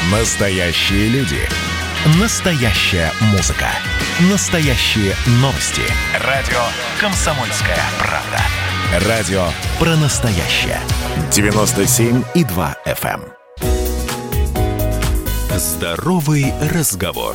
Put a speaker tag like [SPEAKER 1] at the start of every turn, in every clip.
[SPEAKER 1] Настоящие люди. Настоящая музыка. Настоящие новости. Радио «Комсомольская правда». Радио про настоящее. 97,2 FM. Здоровый разговор.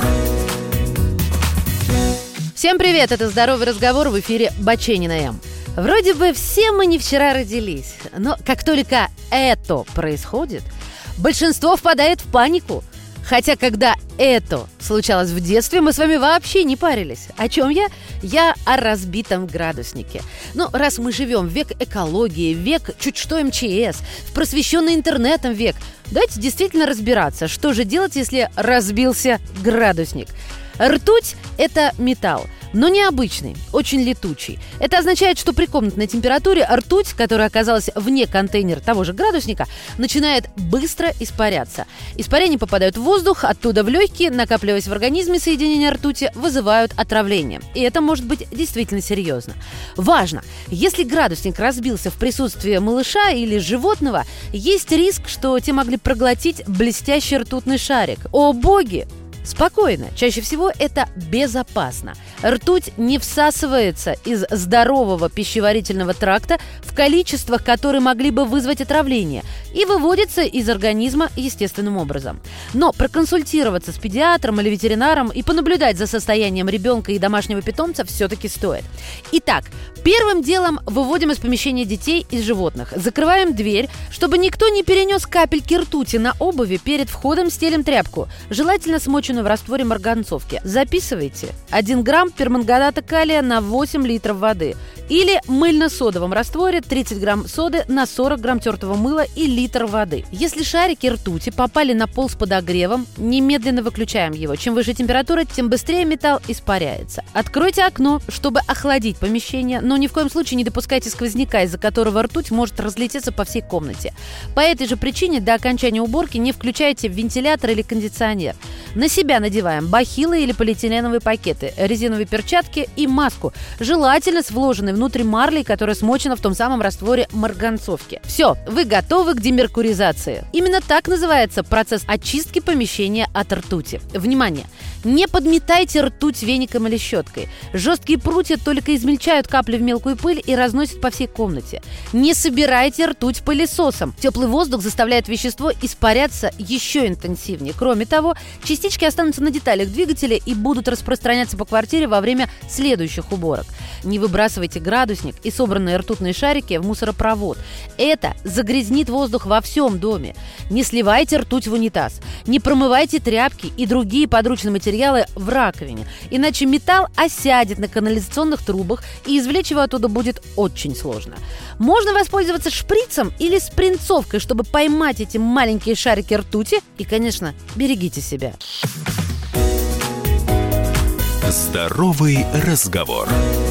[SPEAKER 2] Всем привет, это «Здоровый разговор», в эфире Баченина М. Вроде бы все мы не вчера родились, но как только это происходит, большинство впадает в панику. Хотя, когда это случалось в детстве, мы с вами вообще не парились. О чем я? Я о разбитом градуснике. Ну, раз мы живем в век экологии, век чуть что МЧС, в просвещенный интернетом век, давайте действительно разбираться, что же делать, если разбился градусник. Ртуть – это металл, но необычный, очень летучий. Это означает, что при комнатной температуре ртуть, которая оказалась вне контейнера того же градусника, начинает быстро испаряться. Испарения попадают в воздух, оттуда в легкие, накапливаясь в организме, соединения ртути вызывают отравление. И это может быть действительно серьезно. Важно! Если градусник разбился в присутствии малыша или животного, есть риск, что те могли проглотить блестящий ртутный шарик. О боги! Спокойно. Чаще всего это безопасно. Ртуть не всасывается из здорового пищеварительного тракта в количествах, которые могли бы вызвать отравление, и выводится из организма естественным образом. Но проконсультироваться с педиатром или ветеринаром и понаблюдать за состоянием ребенка и домашнего питомца все-таки стоит. Итак, первым делом выводим из помещения детей и животных. Закрываем дверь, чтобы никто не перенес капельки ртути на обуви перед входом, стелим тряпку. Желательно смоченную в растворе марганцовки. Записывайте. 1 грамм перманганата калия на 8 литров воды. Или мыльно-содовом растворе 30 грамм соды на 40 грамм тертого мыла и литр воды. Если шарики ртути попали на пол с подогревом, немедленно выключаем его. Чем выше температура, тем быстрее металл испаряется. Откройте окно, чтобы охладить помещение, но ни в коем случае не допускайте сквозняка, из-за которого ртуть может разлететься по всей комнате. По этой же причине до окончания уборки не включайте вентилятор или кондиционер. На себя надеваем бахилы или полиэтиленовые пакеты, резиновые перчатки и маску, желательно с вложенной внутрь марлей, которая смочена в том самом растворе марганцовки. Все, вы готовы к демеркуризации. Именно так называется процесс очистки помещения от ртути. Внимание! Не подметайте ртуть веником или щеткой. Жесткие прутья только измельчают капли в мелкую пыль и разносят по всей комнате. Не собирайте ртуть пылесосом. Теплый воздух заставляет вещество испаряться еще интенсивнее. Кроме того, частички останутся на деталях двигателя и будут распространяться по квартире во время следующих уборок. Не выбрасывайте градусник и собранные ртутные шарики в мусоропровод. Это загрязнит воздух во всем доме. Не сливайте ртуть в унитаз. Не промывайте тряпки и другие подручные материалы в раковине, иначе металл осядет на канализационных трубах, и извлечь его оттуда будет очень сложно. Можно воспользоваться шприцем или спринцовкой, чтобы поймать эти маленькие шарики ртути, и, конечно, берегите себя.
[SPEAKER 1] Здоровый разговор.